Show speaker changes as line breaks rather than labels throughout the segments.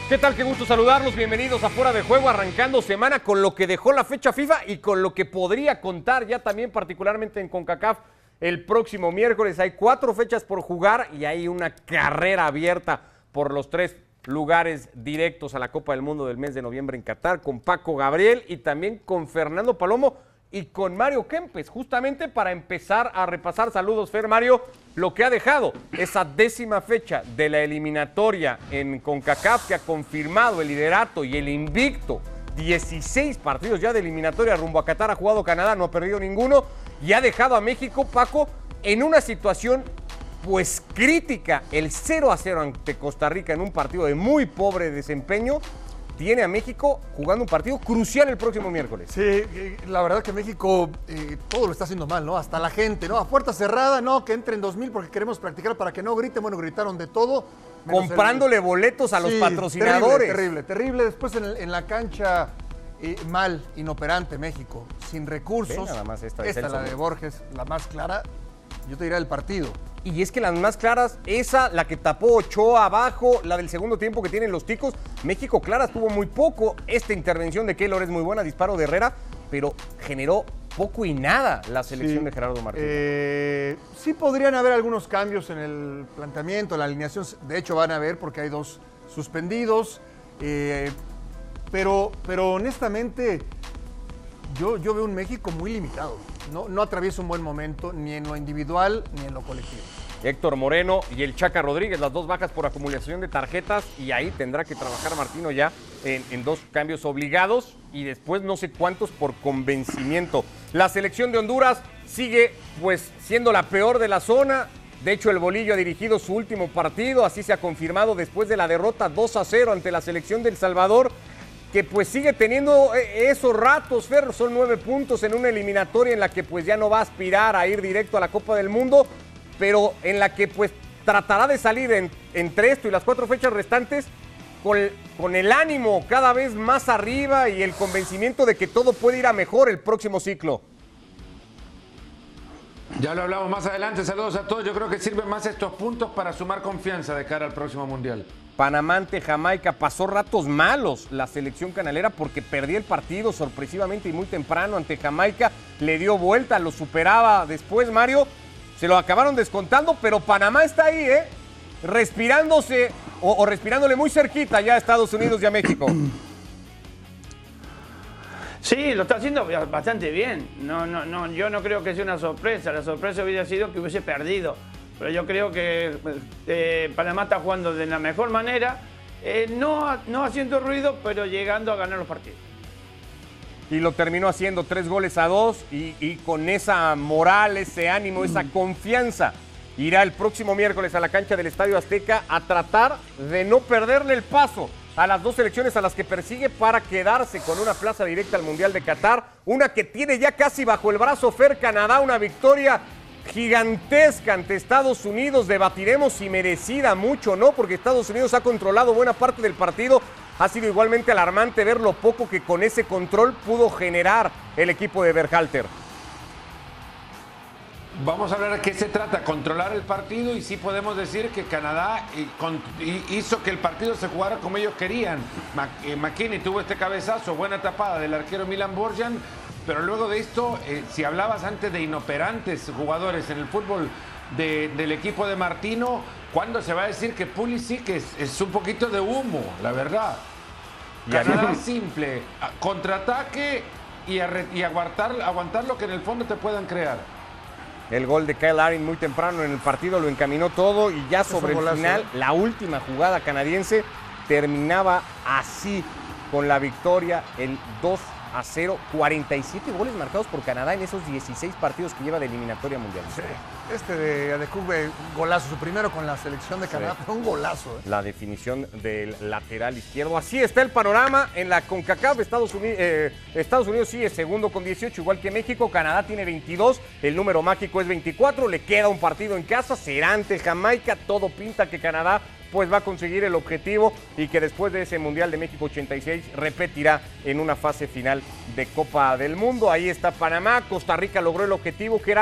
¿Qué tal? Qué gusto saludarlos. Bienvenidos a Fuera de Juego, arrancando semana con lo que dejó la fecha FIFA y con lo que podría contar ya también particularmente en CONCACAF el próximo miércoles. Hay 4 fechas por jugar y hay una carrera abierta por los 3 lugares directos a la Copa del Mundo del mes de noviembre en Qatar, con Paco Gabriel y también con Fernando Palomo y con Mario Kempes, justamente para empezar a repasar, saludos Fer, Mario, lo que ha dejado esa 10ª fecha de la eliminatoria en CONCACAF, que ha confirmado el liderato y el invicto. 16 partidos ya de eliminatoria rumbo a Qatar, ha jugado Canadá, no ha perdido ninguno, y ha dejado a México, Paco, en una situación pues crítica. El 0-0 ante Costa Rica en un partido de muy pobre desempeño tiene a México jugando un partido crucial el próximo miércoles.
Sí, la verdad que México todo lo está haciendo mal, ¿no? Hasta la gente, ¿no? A puerta cerrada, no, que entren 2,000 porque queremos practicar para que no griten. Bueno, gritaron de todo.
Comprándole boletos a los patrocinadores.
Terrible. Después en la cancha, mal, inoperante México, sin recursos.
Ve nada más esta
la de Borges, la más clara, yo te diría el partido.
Y es que las más claras, esa, la que tapó Ochoa abajo, la del segundo tiempo que tienen los ticos, México claras tuvo muy poco. Esta intervención de Keylor es muy buena, disparo de Herrera, pero generó poco y nada la selección de Gerardo Martino.
Sí podrían haber algunos cambios en el planteamiento, la alineación, de hecho van a haber porque hay 2 suspendidos, pero honestamente yo veo un México muy limitado. No atraviesa un buen momento ni en lo individual ni en lo colectivo.
Héctor Moreno y el Chaca Rodríguez, las 2 bajas por acumulación de tarjetas, y ahí tendrá que trabajar Martino ya en 2 cambios obligados y después no sé cuántos por convencimiento. La selección de Honduras sigue pues siendo la peor de la zona. De hecho, el Bolillo ha dirigido su último partido, así se ha confirmado después de la derrota 2-0 ante la selección de El Salvador, que pues sigue teniendo esos ratos, Fer. Son 9 puntos en una eliminatoria en la que pues ya no va a aspirar a ir directo a la Copa del Mundo, pero en la que pues tratará de salir entre esto y las 4 fechas restantes con el ánimo cada vez más arriba y el convencimiento de que todo puede ir a mejor el próximo ciclo.
Ya lo hablamos más adelante, saludos a todos. Yo creo que sirven más estos puntos para sumar confianza de cara al próximo Mundial.
Panamá ante Jamaica, pasó ratos malos la selección canalera porque perdía el partido sorpresivamente y muy temprano ante Jamaica, le dio vuelta, lo superaba después Mario, se lo acabaron descontando, pero Panamá está ahí, respirándose o respirándole muy cerquita ya a Estados Unidos y a México.
Sí, lo está haciendo bastante bien. Yo no creo que sea una sorpresa. La sorpresa hubiera sido que hubiese perdido. Pero yo creo que Panamá está jugando de la mejor manera, no haciendo ruido, pero llegando a ganar los partidos.
Y lo terminó haciendo 3-2 y con esa moral, ese ánimo, esa confianza, irá el próximo miércoles a la cancha del Estadio Azteca a tratar de no perderle el paso a las 2 selecciones a las que persigue para quedarse con una plaza directa al Mundial de Qatar. Una que tiene ya casi bajo el brazo Fer, Canadá, una victoria gigantesca ante Estados Unidos. Debatiremos si merecida mucho, ¿no? Porque Estados Unidos ha controlado buena parte del partido. Ha sido igualmente alarmante ver lo poco que con ese control pudo generar el equipo de Berhalter.
Vamos a hablar de qué se trata, controlar el partido, y sí podemos decir que Canadá hizo que el partido se jugara como ellos querían. McKennie tuvo este cabezazo, buena tapada del arquero Milan Borjan, pero luego de esto, si hablabas antes de inoperantes jugadores en el fútbol del equipo de Martino, ¿cuándo se va a decir que Pulisic es un poquito de humo, la verdad? Canadá simple, contraataque y aguantar lo que en el fondo te puedan crear.
El gol de Kyle Larin muy temprano en el partido lo encaminó todo y ya sobre el final, la última jugada canadiense terminaba así con la victoria, el 2-0, 47 goles marcados por Canadá en esos 16 partidos que lleva de eliminatoria mundial.
Sí. Este de Adekugbe, golazo, su primero con la selección de Canadá, fue un golazo.
La definición del lateral izquierdo. Así está el panorama en la CONCACAF. Estados Unidos sigue segundo con 18, igual que México. Canadá tiene 22, el número mágico es 24, le queda un partido en casa, será ante Jamaica. Todo pinta que Canadá pues va a conseguir el objetivo y que después de ese Mundial de México 86 repetirá en una fase final de Copa del Mundo. Ahí está Panamá. Costa Rica logró el objetivo que era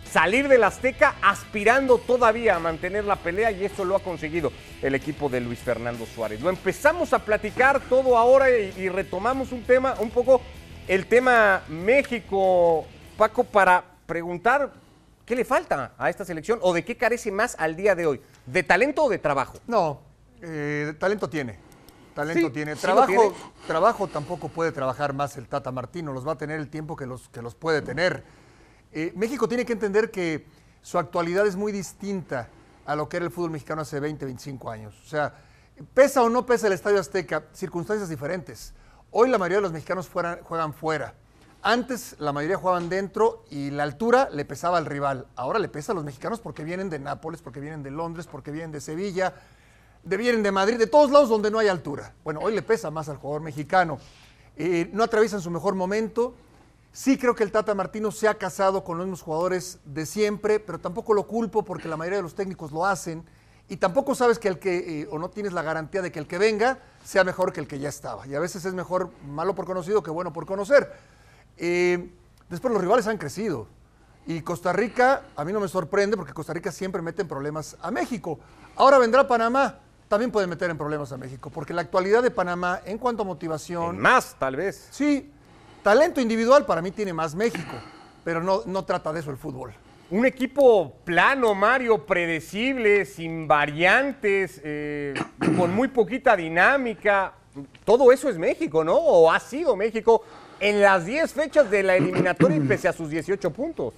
salir del Azteca aspirando todavía a mantener la pelea, y eso lo ha conseguido el equipo de Luis Fernando Suárez. Lo empezamos a platicar todo ahora y retomamos un poco el tema México, Paco, para preguntar qué le falta a esta selección o de qué carece más al día de hoy, ¿de talento o de trabajo?
No, talento tiene. Talento
Sí,
tiene.
sí lo tiene.
Trabajo tampoco puede trabajar más el Tata Martino, los va a tener el tiempo que los puede tener. México tiene que entender que su actualidad es muy distinta a lo que era el fútbol mexicano hace 20, 25 años. O sea, pesa o no pesa el Estadio Azteca, circunstancias diferentes. Hoy la mayoría de los mexicanos juegan fuera. Antes la mayoría jugaban dentro y la altura le pesaba al rival. Ahora le pesa a los mexicanos porque vienen de Nápoles, porque vienen de Londres, porque vienen de Sevilla, vienen de Madrid, de todos lados donde no hay altura. Bueno, hoy le pesa más al jugador mexicano. No atraviesan su mejor momento. Sí creo que el Tata Martino se ha casado con los mismos jugadores de siempre, pero tampoco lo culpo porque la mayoría de los técnicos lo hacen y tampoco sabes que o no tienes la garantía de que el que venga sea mejor que el que ya estaba. Y a veces es mejor malo por conocido que bueno por conocer. Después los rivales han crecido. Y Costa Rica, a mí no me sorprende porque Costa Rica siempre mete en problemas a México. Ahora vendrá Panamá, también puede meter en problemas a México, porque la actualidad de Panamá en cuanto a motivación...
En más, tal vez.
Sí, talento individual para mí tiene más México, pero no trata de eso el fútbol.
Un equipo plano, Mario, predecible, sin variantes, con muy poquita dinámica. Todo eso es México, ¿no? O ha sido México en las 10 fechas de la eliminatoria y pese a sus 18 puntos.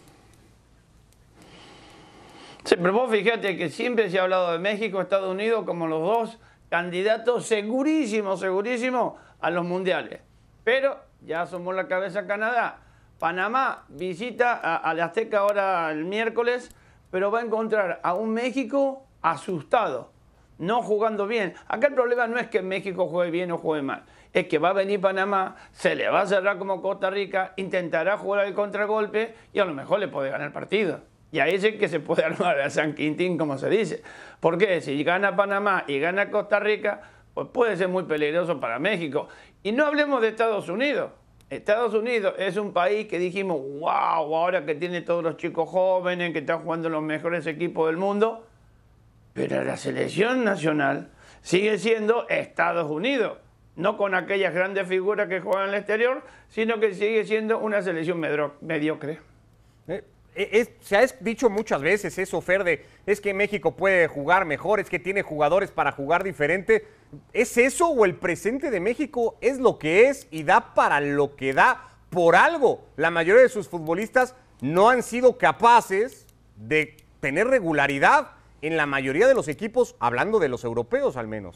Sí, pero vos fíjate que siempre se ha hablado de México, Estados Unidos como los dos candidatos segurísimos a los mundiales. Pero ya asomó la cabeza Canadá. Panamá visita al Azteca ahora el miércoles, pero va a encontrar a un México asustado, no jugando bien. Acá el problema no es que México juegue bien o juegue mal, es que va a venir Panamá, se le va a cerrar como Costa Rica, intentará jugar el contragolpe y a lo mejor le puede ganar el partido. Y ahí sí que se puede armar a San Quintín, como se dice. Porque si gana Panamá y gana Costa Rica, pues puede ser muy peligroso para México. Y no hablemos de Estados Unidos. Estados Unidos es un país que dijimos, wow, ahora que tiene todos los chicos jóvenes, que están jugando los mejores equipos del mundo. Pero la selección nacional sigue siendo Estados Unidos. No con aquellas grandes figuras que juegan en el exterior, sino que sigue siendo una selección mediocre.
Se ha dicho muchas veces eso, Fer, es que México puede jugar mejor, es que tiene jugadores para jugar diferente. ¿Es eso o el presente de México es lo que es y da para lo que da? Por algo, la mayoría de sus futbolistas no han sido capaces de tener regularidad en la mayoría de los equipos, hablando de los europeos al menos.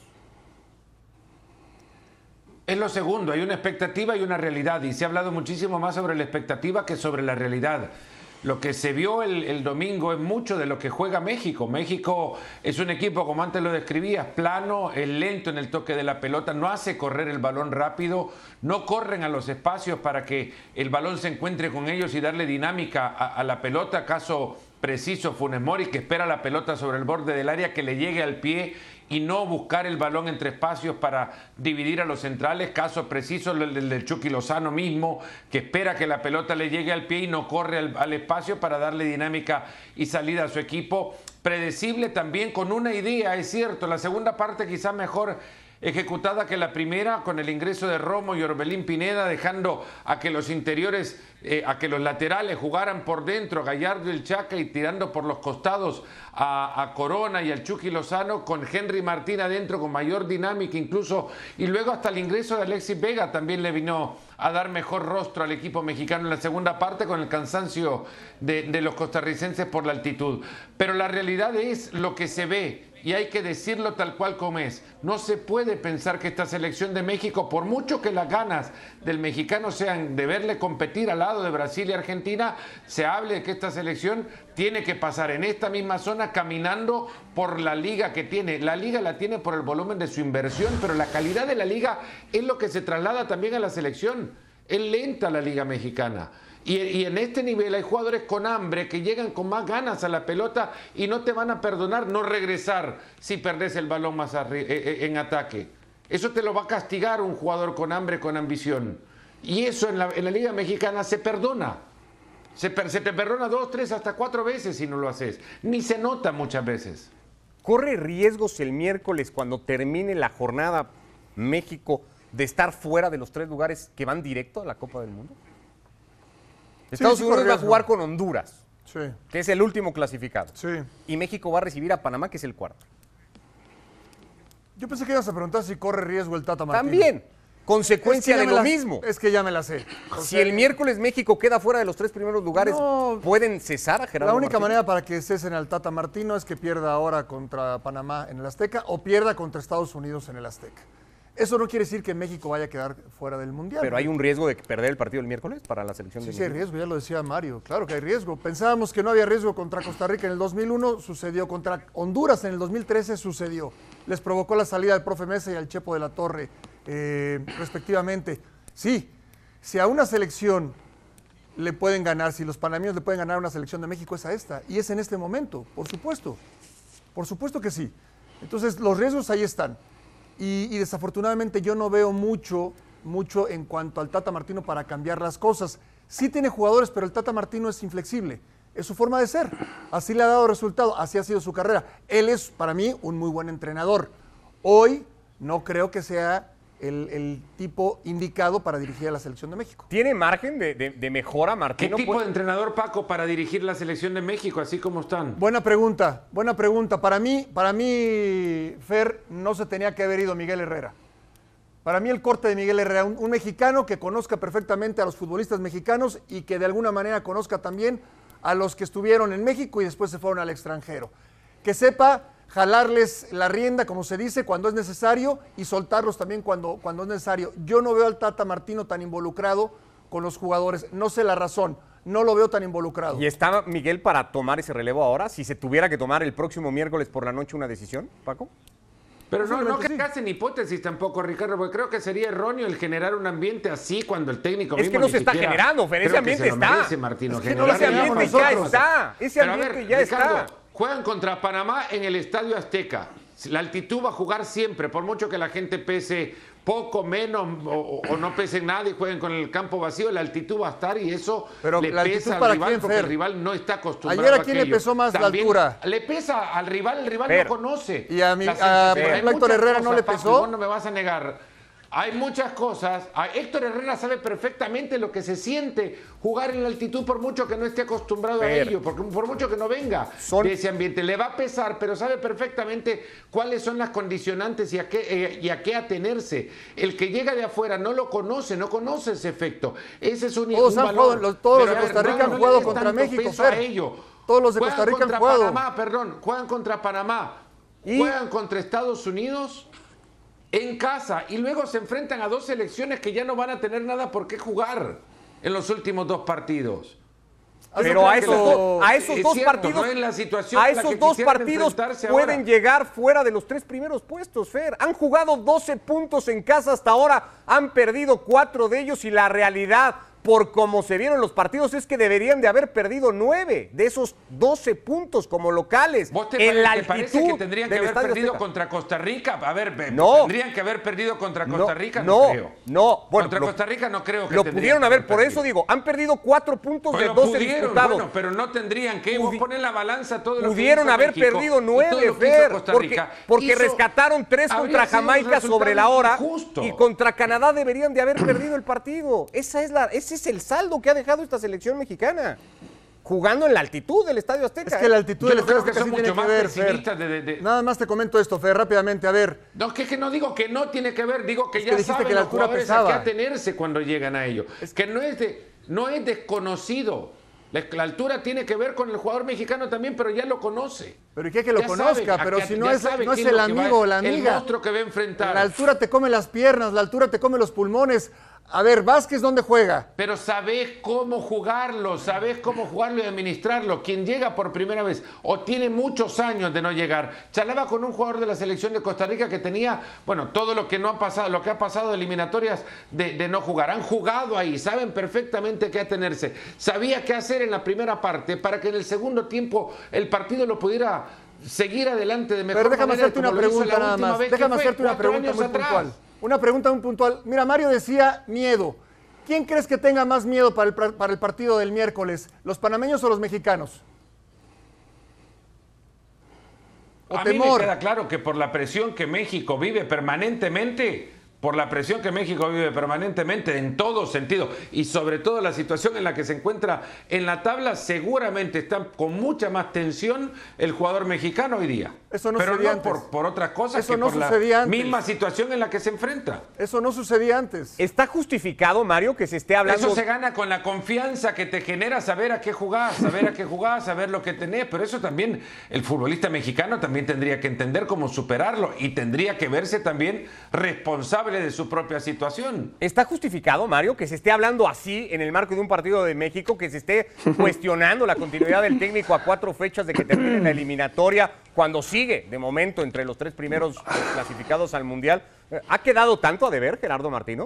Es lo segundo, hay una expectativa y una realidad, y se ha hablado muchísimo más sobre la expectativa que sobre la realidad. Lo que se vio el domingo es mucho de lo que juega México. México es un equipo, como antes lo describías, plano, es lento en el toque de la pelota, no hace correr el balón rápido, no corren a los espacios para que el balón se encuentre con ellos y darle dinámica a la pelota. Caso preciso Funes Mori, que espera la pelota sobre el borde del área, que le llegue al pie y no buscar el balón entre espacios para dividir a los centrales. Caso preciso el del Chucky Lozano mismo, que espera que la pelota le llegue al pie y no corre al espacio para darle dinámica y salida a su equipo. Predecible también, con una idea, es cierto, la segunda parte quizás mejor ejecutada que la primera, con el ingreso de Romo y Orbelín Pineda, dejando a que los interiores, a que los laterales jugaran por dentro, Gallardo y el Chaca, y tirando por los costados a Corona y al Chucky Lozano, con Henry Martín adentro con mayor dinámica incluso, y luego hasta el ingreso de Alexis Vega también le vino a dar mejor rostro al equipo mexicano en la segunda parte, con el cansancio de los costarricenses por la altitud. Pero la realidad es lo que se ve, y hay que decirlo tal cual como es. No se puede pensar que esta selección de México, por mucho que las ganas del mexicano sean de verle competir al lado de Brasil y Argentina, se hable de que esta selección tiene que pasar en esta misma zona caminando por la liga que tiene. La liga la tiene por el volumen de su inversión, pero la calidad de la liga es lo que se traslada también a la selección. Es lenta la liga mexicana. Y en este nivel hay jugadores con hambre que llegan con más ganas a la pelota y no te van a perdonar no regresar si perdés el balón más en ataque. Eso te lo va a castigar un jugador con hambre, con ambición. Y eso en la Liga Mexicana se perdona. Se te perdona 2, 3, hasta 4 veces si no lo haces. Ni se nota muchas veces.
¿Corre riesgos el miércoles cuando termine la jornada México de estar fuera de los 3 lugares que van directo a la Copa del Mundo? Estados
sí,
Unidos
corre
va a
riesgo.
jugar con Honduras,
Sí,
que es el último clasificado.
sí.
Y México va a recibir a Panamá, que es el cuarto.
Yo pensé que ibas a preguntar si corre riesgo el Tata Martino.
También, consecuencia
Es que
de
ya
lo
me la-
mismo.
Es que ya me la sé. O
Si
sea,
el miércoles México queda fuera de los 3 primeros lugares,
No.
¿pueden cesar a Gerardo
La única
Martino?
manera para que cesen al Tata Martino es que pierda ahora contra Panamá en el Azteca o pierda contra Estados Unidos en el Azteca. Eso no quiere decir que México vaya a quedar fuera del Mundial.
Pero hay un riesgo de perder el partido el miércoles para la selección
Sí,
de
sí hay
México.
riesgo, ya lo decía Mario. Claro que hay riesgo. Pensábamos que no había riesgo contra Costa Rica en el 2001, sucedió. Contra Honduras en el 2013 sucedió. Les provocó la salida del profe Mesa y al Chepo de la Torre, respectivamente. Sí, si a una selección le pueden ganar, si los panameños le pueden ganar a una selección de México, es a esta. Y es en este momento, por supuesto. Por supuesto que sí. Entonces, los riesgos ahí están. Y desafortunadamente yo no veo mucho en cuanto al Tata Martino para cambiar las cosas. Sí tiene jugadores, pero el Tata Martino es inflexible. Es su forma de ser. Así le ha dado resultado, así ha sido su carrera. Él es, para mí, un muy buen entrenador. Hoy no creo que sea el tipo indicado para dirigir a la selección de México.
¿Tiene margen de mejora
¿Qué
Martino?
tipo de entrenador, Paco, para dirigir la selección de México, así como están?
Buena pregunta, buena pregunta. Para mí, Fer, no se tenía que haber ido Miguel Herrera. Para mí el corte de Miguel Herrera, un mexicano que conozca perfectamente a los futbolistas mexicanos y que de alguna manera conozca también a los que estuvieron en México y después se fueron al extranjero. Que sepa jalarles la rienda, como se dice, cuando es necesario y soltarlos también cuando es necesario. Yo no veo al Tata Martino tan involucrado con los jugadores. No sé la razón, no lo veo tan involucrado.
¿Y está Miguel para tomar ese relevo ahora? Si se tuviera que tomar el próximo miércoles por la noche una decisión, Paco.
Pero no
Posiblemente sí.
creas en hipótesis tampoco, Ricardo, porque creo que sería erróneo el generar un ambiente así cuando el técnico
Es
mismo
que no
ni
se está
siquiera
generando, Fer, ese
creo que
ambiente
se lo
está.
merece, Martino,
Es que no lo
Ese
generar
ambiente
nosotros.
ya está. Ese
Pero a
ambiente
ver,
ya
Ricardo,
está.
juegan contra Panamá en el Estadio Azteca. La altitud va a jugar siempre, por mucho que la gente pese poco, menos o no pese nada y jueguen con el campo vacío, la altitud va a estar y eso
Pero
le
la altitud
pesa al
¿para
rival
quién,
porque
Fer?
el rival no está acostumbrado
Ayer, ¿a
a
quién le
aquello.
pesó más la
También
altura?
Le pesa al rival, el rival
Fer.
no conoce.
Y a mi-
la
a,
sensación.
por
Hay
ejemplo, Héctor
muchas
Herrera no
cosas,
le
Paco,
pesó.
y vos no me vas a negar. Hay muchas cosas. Héctor Herrera sabe perfectamente lo que se siente jugar en la altitud por mucho que no esté acostumbrado a
Fer.
ello, porque por mucho que no venga
Son-
de ese ambiente. Le va a pesar, pero sabe perfectamente cuáles son las condicionantes y a qué atenerse. El que llega de afuera no lo conoce, no conoce ese efecto. Ese es un
Todos han
valor.
jugado- todos los
Pero,
de
a ver,
Costa Rica han
le
jugado
des
contra
tanto
México,
peso
Fer.
a ello.
Todos los de
Juegan
Costa Rica han
contra
jugado.
Panamá, perdón, juegan contra Panamá.
¿Y?
Juegan contra Estados Unidos en casa y luego se enfrentan a 2 selecciones que ya no van a tener nada por qué jugar en los últimos 2 partidos.
Pero
Yo
a
creo que
esos
es
dos
cierto,
partidos,
no en la situación
a
en la
esos
que
2
quisieran
partidos
enfrentarse
pueden
ahora.
llegar fuera de los 3 primeros puestos, Fer. Han jugado 12 puntos en casa hasta ahora, han perdido 4 de ellos y la realidad, por cómo se vieron los partidos, es que deberían de haber perdido 9 de esos 12 puntos como locales.
¿Vos te,
en la
te parece
altitud
que tendrían que
del
haber
Estadio
perdido
Azteca.
contra Costa Rica? A ver,
No.
tendrían que haber perdido contra Costa Rica,
no,
no creo.
no. Bueno,
contra Costa Rica no creo que
lo
tendrían
pudieron
que
haber, por
perdido.
eso digo, han perdido 4 puntos de
Bueno,
12
pudieron,
disputados.
bueno, pero no tendrían que. Vos poner la balanza todo lo que
Pudieron
hizo
haber
México
perdido
y todo
9,
lo que hizo
Fer,
Costa
porque,
Rica.
porque
Hizo-
rescataron 3
habría
contra
sido un
Jamaica sobre la
resultado
hora
injusto.
y contra Canadá deberían de haber perdido el partido. Ese es el saldo que ha dejado esta selección mexicana, jugando en la altitud del Estadio Azteca.
Es que la altitud
Yo
del
creo
Estadio
que
Azteca
son
sí tiene
mucho
que
más
ver, Fer.
pesimistas de-
Nada más te comento esto, Fer, rápidamente. A ver,
No, es que no digo que no tiene que ver, digo que
Es que
ya
dijiste
saben
que la
los
altura
jugadores
pesaba.
a qué atenerse cuando llegan a ello. Es que no es desconocido. La altura tiene que ver con el jugador mexicano también, pero ya lo conoce.
pero ¿y qué que lo
Ya
conozca?
sabe,
pero
ya
si no
sabe
es
qué
el
lo que
amigo o la
el
amiga.
monstruo que va a enfrentar.
La altura te come las piernas, la altura te come los pulmones. A ver, Vázquez, ¿dónde juega?
Pero sabés cómo jugarlo y administrarlo. Quien llega por primera vez o tiene muchos años de no llegar. Charlaba con un jugador de la selección de Costa Rica que tenía, bueno, todo lo que no ha pasado, lo que ha pasado de eliminatorias de no jugar. Han jugado ahí, saben perfectamente qué atenerse. Sabía qué hacer en la primera parte para que en el segundo tiempo el partido lo pudiera seguir adelante de mejor
Pero déjame
manera.
hacerte una
como lo hizo
pregunta
la
nada
última
más.
vez que
Déjame
fue
hacerte una
4
pregunta
años
muy
atrás.
puntual. Una pregunta muy puntual. Mira, Mario decía miedo. ¿Quién crees que tenga más miedo para el partido del miércoles? ¿Los panameños o los mexicanos? ¿O
A mí
temor?
me queda claro que por la presión que México vive permanentemente, en todo sentido, y sobre todo la situación en la que se encuentra en la tabla, seguramente está con mucha más tensión el jugador mexicano hoy día.
Eso no
Pero
sucedía
no
antes.
por otras cosas
Eso
que
no
por la
sucedía antes.
misma situación en la que se enfrenta.
Eso no sucedía antes.
¿Está justificado, Mario, que se esté hablando?
Eso se gana con la confianza que te genera saber a qué jugás, saber lo que tenés. Pero eso también el futbolista mexicano también tendría que entender cómo superarlo y tendría que verse también responsable de su propia situación.
¿Está justificado, Mario, que se esté hablando así en el marco de un partido de México, que se esté cuestionando la continuidad del técnico a 4 fechas de que termine la eliminatoria, cuando sigue, de momento, entre los 3 primeros clasificados al Mundial? ¿Ha quedado tanto a deber, Gerardo Martino?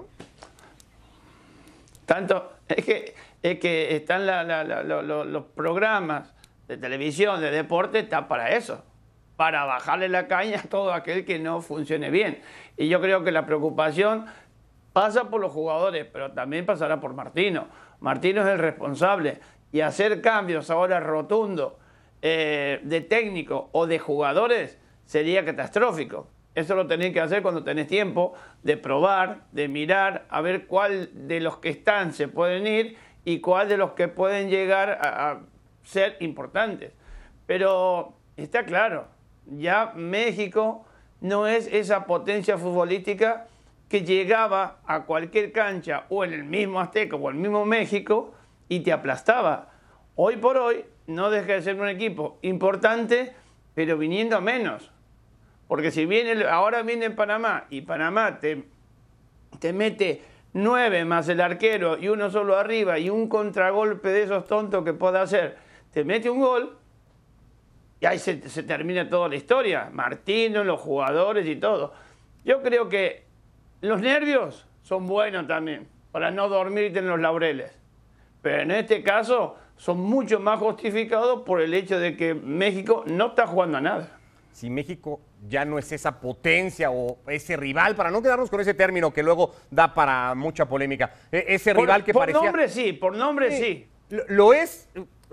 Tanto, es que están los programas de televisión, de deporte, están para eso, para bajarle la caña a todo aquel que no funcione bien. Y yo creo que la preocupación pasa por los jugadores, pero también pasará por Martino. Martino es el responsable, y hacer cambios ahora rotundos de técnico o de jugadores sería catastrófico. Eso lo tenés que hacer cuando tenés tiempo de probar, de mirar, a ver cuál de los que están se pueden ir y cuál de los que pueden llegar a ser importantes. Pero está claro, ya México no es esa potencia futbolística que llegaba a cualquier cancha o en el mismo Azteca o el mismo México y te aplastaba. Hoy por hoy no deja de ser un equipo importante, pero viniendo a menos. Porque si ahora viene Panamá y Panamá te mete 9 más el arquero y uno solo arriba y un contragolpe de esos tontos que pueda hacer, te mete un gol y ahí se termina toda la historia. Martino, los jugadores y todo. Yo creo que los nervios son buenos también, para no dormirte en los laureles. Pero en este caso son mucho más justificados por el hecho de que México no está jugando a nada.
Si México ya no es esa potencia o ese rival, para no quedarnos con ese término que luego da para mucha polémica, ese rival que parecía...
Por nombre sí.
Lo es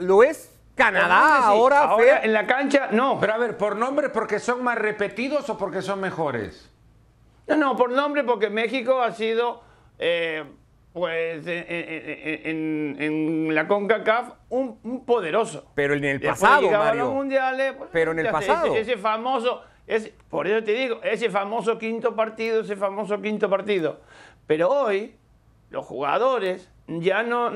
Canadá
sí.
ahora,
Fer. En la cancha no.
Pero a ver, ¿por nombre porque son más repetidos o porque son mejores?
No, por nombre porque México ha sido, pues, en la CONCACAF un poderoso.
Pero en el
Después
pasado,
llegaba
Mario.
a los mundiales. Pues,
pero en el pasado.
Ese famoso, por eso te digo, ese famoso quinto partido. Pero hoy, los jugadores ya no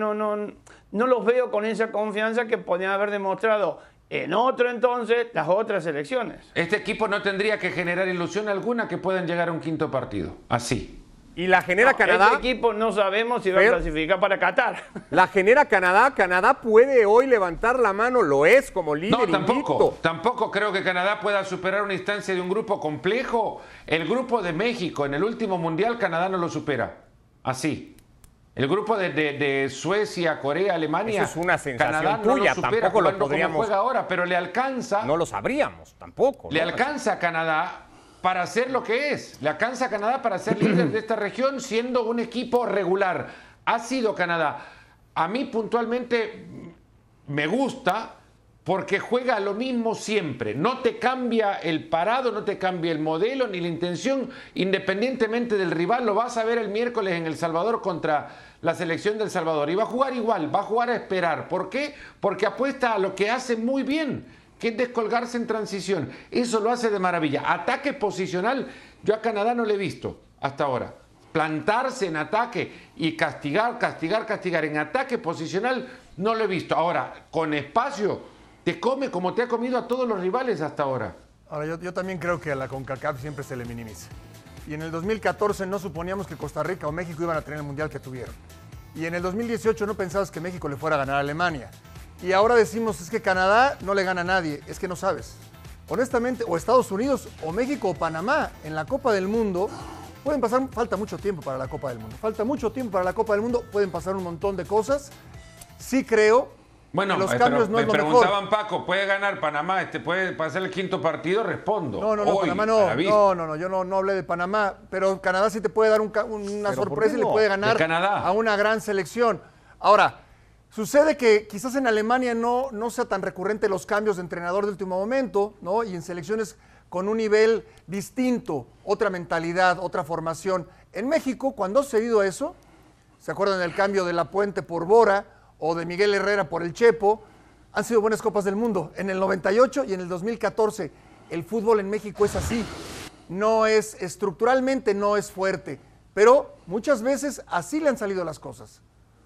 los veo con esa confianza que podían haber demostrado en otro entonces las otras selecciones.
Este equipo no tendría que generar ilusión alguna que puedan llegar a un quinto partido. Así.
Y la genera Canadá.
Este equipo no sabemos si va a clasificar para Qatar.
La genera Canadá. Canadá puede hoy levantar la mano, lo es como líder.
No,
invicto.
tampoco creo que Canadá pueda superar una instancia de un grupo complejo. El grupo de México en el último mundial, Canadá no lo supera. Así. El grupo de Suecia, Corea, Alemania.
Eso es una sensación
Canadá
tuya,
no lo supera,
tampoco lo
jugando
podríamos.
como juega ahora, pero le alcanza.
No lo sabríamos tampoco.
Le
¿no?
alcanza a Canadá para ser lo que es. Le alcanza a Canadá para ser líder de esta región siendo un equipo regular. Ha sido Canadá. A mí puntualmente me gusta porque juega lo mismo siempre. No te cambia el parado, no te cambia el modelo ni la intención, independientemente del rival. Lo vas a ver el miércoles en El Salvador contra la selección de El Salvador. Y va a jugar igual, va a jugar a esperar. ¿Por qué? Porque apuesta a lo que hace muy bien, que es descolgarse en transición. Eso lo hace de maravilla. Ataque posicional, yo a Canadá no le he visto hasta ahora. Plantarse en ataque y castigar. En ataque posicional no lo he visto. Ahora, con espacio, te come como te ha comido a todos los rivales hasta ahora.
Ahora, yo también creo que a la CONCACAF siempre se le minimiza. Y en el 2014 no suponíamos que Costa Rica o México iban a tener el Mundial que tuvieron. Y en el 2018 no pensabas que México le fuera a ganar a Alemania. Y ahora decimos, es que Canadá no le gana a nadie. Es que no sabes. Honestamente, o Estados Unidos, o México, o Panamá, en la Copa del Mundo, pueden pasar, falta mucho tiempo para la Copa del Mundo. Pueden pasar un montón de cosas. Sí creo
Bueno,
los cambios no
me
es lo
preguntaban,
mejor.
Paco, ¿puede ganar Panamá? ¿Puede pasar el quinto partido? Respondo.
No,
Hoy,
Panamá
a
no.
la vista.
No, yo no hablé de Panamá, pero Canadá sí te puede dar una
¿Pero
sorpresa
por qué
y le
no?
puede
De
ganar
Canadá.
a una gran selección. Ahora, sucede que quizás en Alemania no sea tan recurrente los cambios de entrenador de último momento, ¿no? Y en selecciones con un nivel distinto, otra mentalidad, otra formación. En México, cuando ha sucedido eso, ¿se acuerdan del cambio de La Puente por Bora o de Miguel Herrera por el Chepo? Han sido buenas Copas del Mundo. En el 98 y en el 2014, el fútbol en México es así. No es, estructuralmente no es fuerte, pero muchas veces así le han salido las cosas.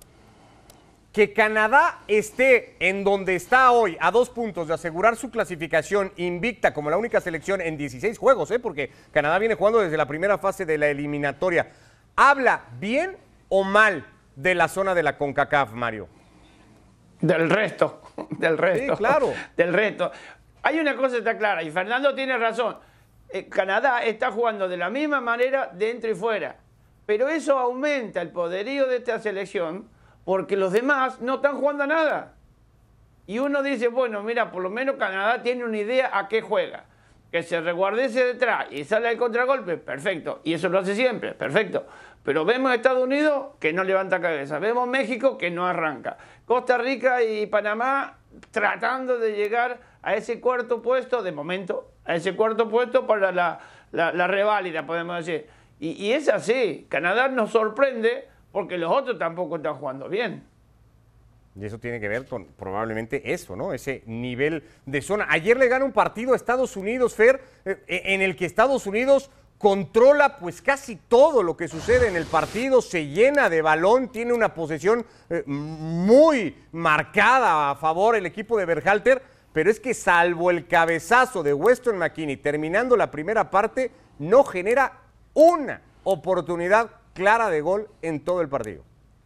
Que Canadá esté en donde está hoy, a 2 puntos de asegurar su clasificación invicta como la única selección en 16 juegos, porque Canadá viene jugando desde la primera fase de la eliminatoria. ¿Habla bien o mal de la zona de la CONCACAF, Mario?
Del resto.
Sí, claro.
Del resto. Hay una cosa que está clara, y Fernando tiene razón. Canadá está jugando de la misma manera dentro y fuera. Pero eso aumenta el poderío de esta selección porque los demás no están jugando a nada. Y uno dice, bueno, mira, por lo menos Canadá tiene una idea a qué juega. Que se resguardece detrás y sale al contragolpe, perfecto. Y eso lo hace siempre, perfecto. Pero vemos a Estados Unidos que no levanta cabeza. Vemos México que no arranca. Costa Rica y Panamá tratando de llegar a ese cuarto puesto, de momento, a ese cuarto puesto para la reválida, podemos decir. Y es así. Canadá nos sorprende porque los otros tampoco están jugando bien.
Y eso tiene que ver con probablemente eso, ¿no? Ese nivel de zona. Ayer le gana un partido a Estados Unidos, Fer, en el que Estados Unidos controla pues casi todo lo que sucede en el partido, se llena de balón, tiene una posesión muy marcada a favor el equipo de Berhalter, pero es que salvo el cabezazo de Weston McKennie terminando la primera parte, no genera una oportunidad clara de gol en todo el partido.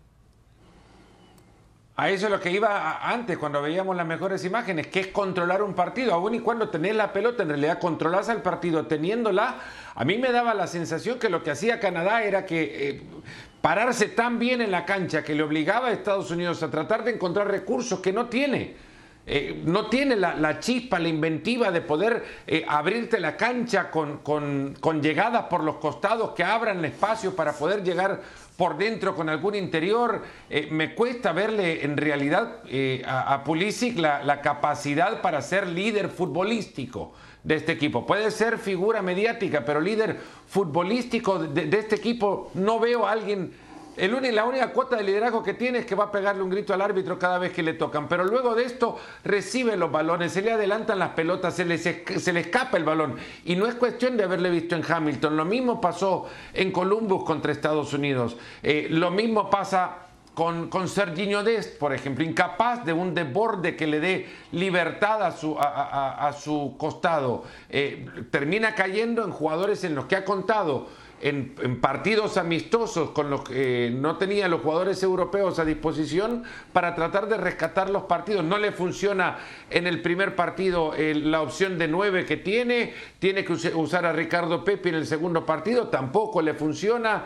A eso es lo que iba antes, cuando veíamos las mejores imágenes, que es controlar un partido. Aún y cuando tenés la pelota, en realidad controlás al partido teniéndola. A mí me daba la sensación que lo que hacía Canadá era que pararse tan bien en la cancha que le obligaba a Estados Unidos a tratar de encontrar recursos que no tiene. No tiene la chispa, la inventiva de poder abrirte la cancha con llegadas por los costados que abran el espacio para poder llegar por dentro con algún interior. Me cuesta verle en realidad a Pulisic la capacidad para ser líder futbolístico de este equipo. Puede ser figura mediática, pero líder futbolístico de este equipo no veo a alguien. La única cuota de liderazgo que tiene es que va a pegarle un grito al árbitro cada vez que le tocan, pero luego de esto recibe los balones, se le adelantan las pelotas, se le escapa el balón, y no es cuestión de haberle visto en Hamilton. Lo mismo pasó en Columbus contra Estados Unidos, lo mismo pasa con Sergiño Dest, por ejemplo, incapaz de un desborde que le dé libertad a su costado. Termina cayendo en jugadores en los que ha contado en partidos amistosos con los que no tenía los jugadores europeos a disposición para tratar de rescatar los partidos. No le funciona en el primer partido la opción de 9 que tiene que usar a Ricardo Pepi en el segundo partido, tampoco le funciona.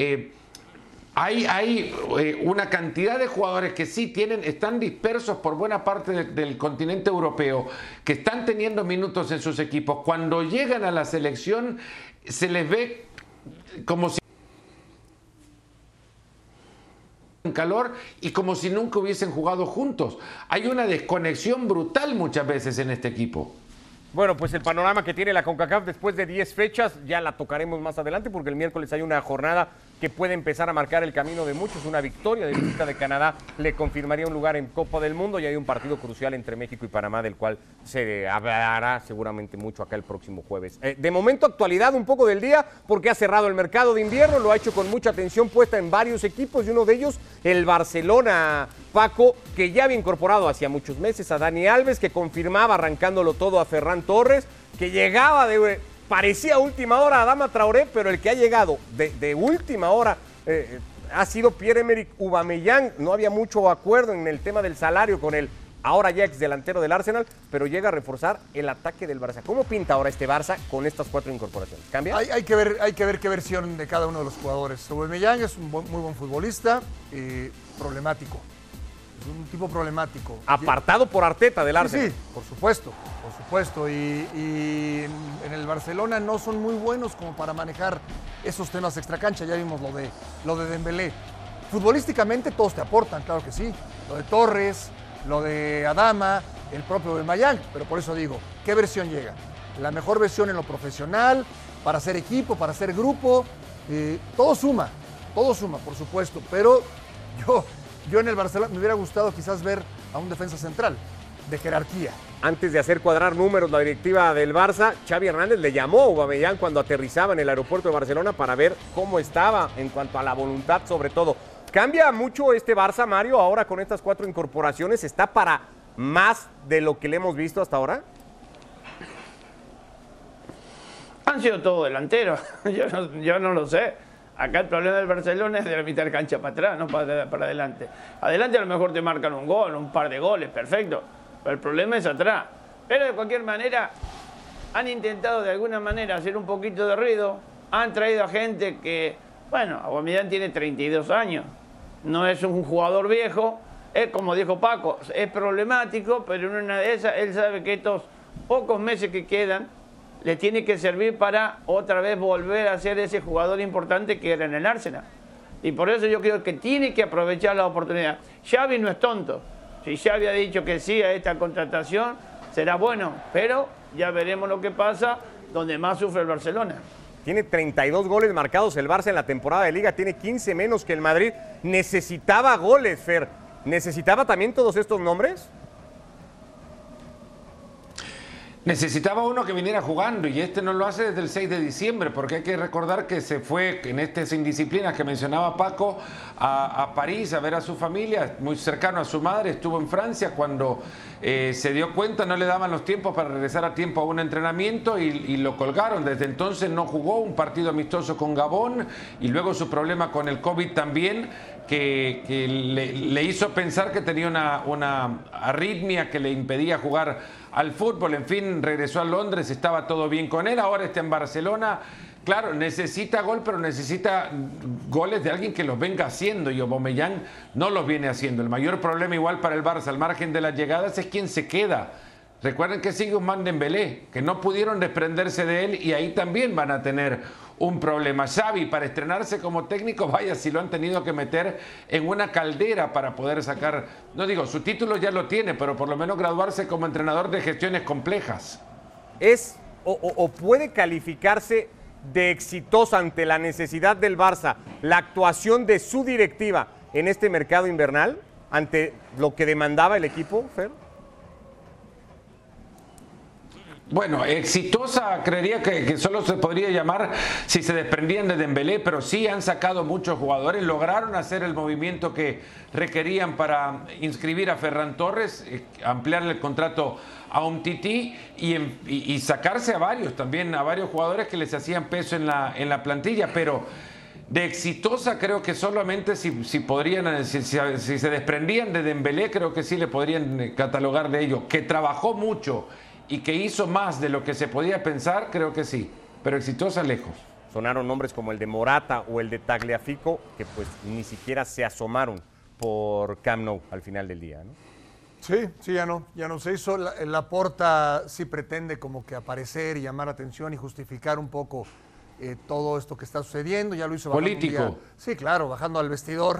Hay una cantidad de jugadores que sí están dispersos por buena parte del continente europeo, que están teniendo minutos en sus equipos. Cuando llegan a la selección se les ve como si en calor y como si nunca hubiesen jugado juntos. Hay una desconexión brutal muchas veces en este equipo.
Bueno, pues el panorama que tiene la CONCACAF después de 10 fechas, ya la tocaremos más adelante porque el miércoles hay una jornada que puede empezar a marcar el camino de muchos. Una victoria de visita de Canadá le confirmaría un lugar en Copa del Mundo y hay un partido crucial entre México y Panamá del cual se hablará seguramente mucho acá el próximo jueves. De momento, actualidad un poco del día porque ha cerrado el mercado de invierno, lo ha hecho con mucha atención puesta en varios equipos y uno de ellos el Barcelona, Paco, que ya había incorporado hacía muchos meses a Dani Alves, que confirmaba arrancándolo todo a Ferran Torres, que llegaba parecía última hora a Adama Traoré, pero el que ha llegado de última hora ha sido Pierre-Emerick Aubameyang. No había mucho acuerdo en el tema del salario con el ahora ya ex delantero del Arsenal, pero llega a reforzar el ataque del Barça. ¿Cómo pinta ahora este Barça con estas 4 incorporaciones? ¿Cambia?
Hay que ver qué versión de cada uno de los jugadores. Aubameyang es un muy buen futbolista, problemático. un tipo problemático.
Apartado por Arteta del Arsenal.
Sí, por supuesto, por supuesto. Y en el Barcelona no son muy buenos como para manejar esos temas extracancha. Ya vimos lo de Dembélé. Futbolísticamente todos te aportan, claro que sí. Lo de Torres, lo de Adama, el propio Aubameyang. Pero por eso digo, ¿qué versión llega? La mejor versión en lo profesional, para hacer equipo, para hacer grupo. Todo suma, por supuesto. Pero yo en el Barcelona me hubiera gustado quizás ver a un defensa central de jerarquía.
Antes de hacer cuadrar números la directiva del Barça, Xavi Hernández le llamó a Aubameyang cuando aterrizaba en el aeropuerto de Barcelona para ver cómo estaba en cuanto a la voluntad sobre todo. ¿Cambia mucho este Barça, Mario, ahora con estas 4 incorporaciones? ¿Está para más de lo que le hemos visto hasta ahora?
Han sido todos delanteros, yo no lo sé. Acá el problema del Barcelona es de la mitad de cancha para atrás, no para adelante. Adelante a lo mejor te marcan un gol, un par de goles, perfecto. Pero el problema es atrás. Pero de cualquier manera, han intentado de alguna manera hacer un poquito de ruido. Han traído a gente que, bueno, Aubameyang tiene 32 años. No es un jugador viejo. Es como dijo Paco, es problemático, pero en una de esas él sabe que estos pocos meses que quedan le tiene que servir para otra vez volver a ser ese jugador importante que era en el Arsenal. Y por eso yo creo que tiene que aprovechar la oportunidad. Xavi no es tonto. Si Xavi ha dicho que sí a esta contratación, será bueno. Pero ya veremos lo que pasa donde más sufre el Barcelona.
Tiene 32 goles marcados el Barça en la temporada de Liga, tiene 15 menos que el Madrid. Necesitaba goles, Fer. ¿Necesitaba también todos estos nombres?
Necesitaba uno que viniera jugando y este no lo hace desde el 6 de diciembre porque hay que recordar que se fue en estas indisciplinas que mencionaba Paco a París a ver a su familia, muy cercano a su madre, estuvo en Francia cuando se dio cuenta, no le daban los tiempos para regresar a tiempo a un entrenamiento y lo colgaron. Desde entonces no jugó un partido amistoso con Gabón y luego su problema con el COVID también que le hizo pensar que tenía una arritmia que le impedía jugar al fútbol. En fin, regresó a Londres, estaba todo bien con él, ahora está en Barcelona. Claro, necesita gol, pero necesita goles de alguien que los venga haciendo y Aubameyang no los viene haciendo. El mayor problema igual para el Barça, al margen de las llegadas, es quién se queda. Recuerden que sigue Ousmane Dembélé, que no pudieron desprenderse de él y ahí también van a tener un problema. Xavi, para estrenarse como técnico, vaya si lo han tenido que meter en una caldera para poder sacar, no digo, su título ya lo tiene, pero por lo menos graduarse como entrenador de gestiones complejas.
¿Es o puede calificarse de exitosa ante la necesidad del Barça la actuación de su directiva en este mercado invernal ante lo que demandaba el equipo, Fer?
Bueno, exitosa creería que solo se podría llamar si se desprendían de Dembélé, pero sí han sacado muchos jugadores, lograron hacer el movimiento que requerían para inscribir a Ferran Torres, ampliarle el contrato a Umtiti y sacarse a varios también, a varios jugadores que les hacían peso en la plantilla, pero de exitosa creo que solamente si se desprendían de Dembélé, creo que sí le podrían catalogar de ello, que trabajó mucho y que hizo más de lo que se podía pensar, creo que sí, pero exitosa lejos.
Sonaron nombres como el de Morata o el de Tagliafico, que pues ni siquiera se asomaron por Camp Nou al final del día, ¿no?
Sí, ya no se hizo. Laporta sí pretende como que aparecer y llamar atención y justificar un poco todo esto que está sucediendo. Ya lo hizo
político.
Sí, claro, bajando al vestidor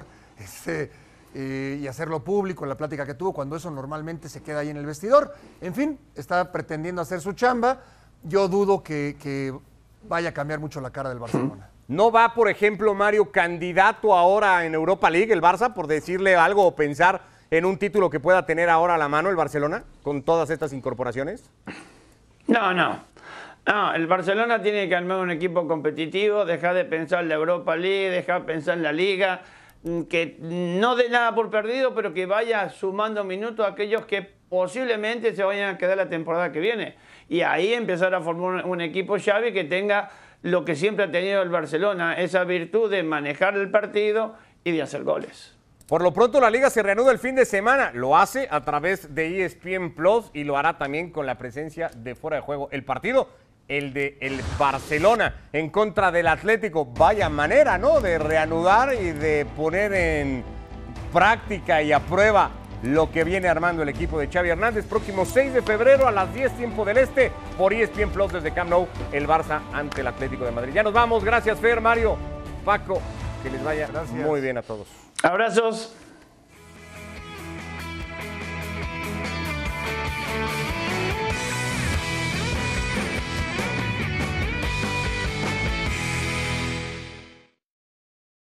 y hacerlo público en la plática que tuvo, cuando eso normalmente se queda ahí en el vestidor. En fin, está pretendiendo hacer su chamba. Yo dudo que vaya a cambiar mucho la cara del Barcelona.
¿No va, por ejemplo, Mario, candidato ahora en Europa League el Barça, por decirle algo o pensar en un título que pueda tener ahora a la mano el Barcelona con todas estas incorporaciones?
No, el Barcelona tiene que armar un equipo competitivo, dejar de pensar en la Europa League, dejar de pensar en la Liga, que no dé nada por perdido, pero que vaya sumando minutos a aquellos que posiblemente se vayan a quedar la temporada que viene. Y ahí empezar a formar un equipo Xavi que tenga lo que siempre ha tenido el Barcelona, esa virtud de manejar el partido y de hacer goles.
Por lo pronto la Liga se reanuda el fin de semana, lo hace a través de ESPN Plus y lo hará también con la presencia de Fuera de Juego. El partido, el de el Barcelona en contra del Atlético, vaya manera, ¿no?, de reanudar y de poner en práctica y a prueba lo que viene armando el equipo de Xavi Hernández. Próximo 6 de febrero a las 10 tiempo del Este por ESPN Plus desde Camp Nou, el Barça ante el Atlético de Madrid. Ya nos vamos, gracias Fer, Mario, Paco, que les vaya muy bien a todos.
Abrazos.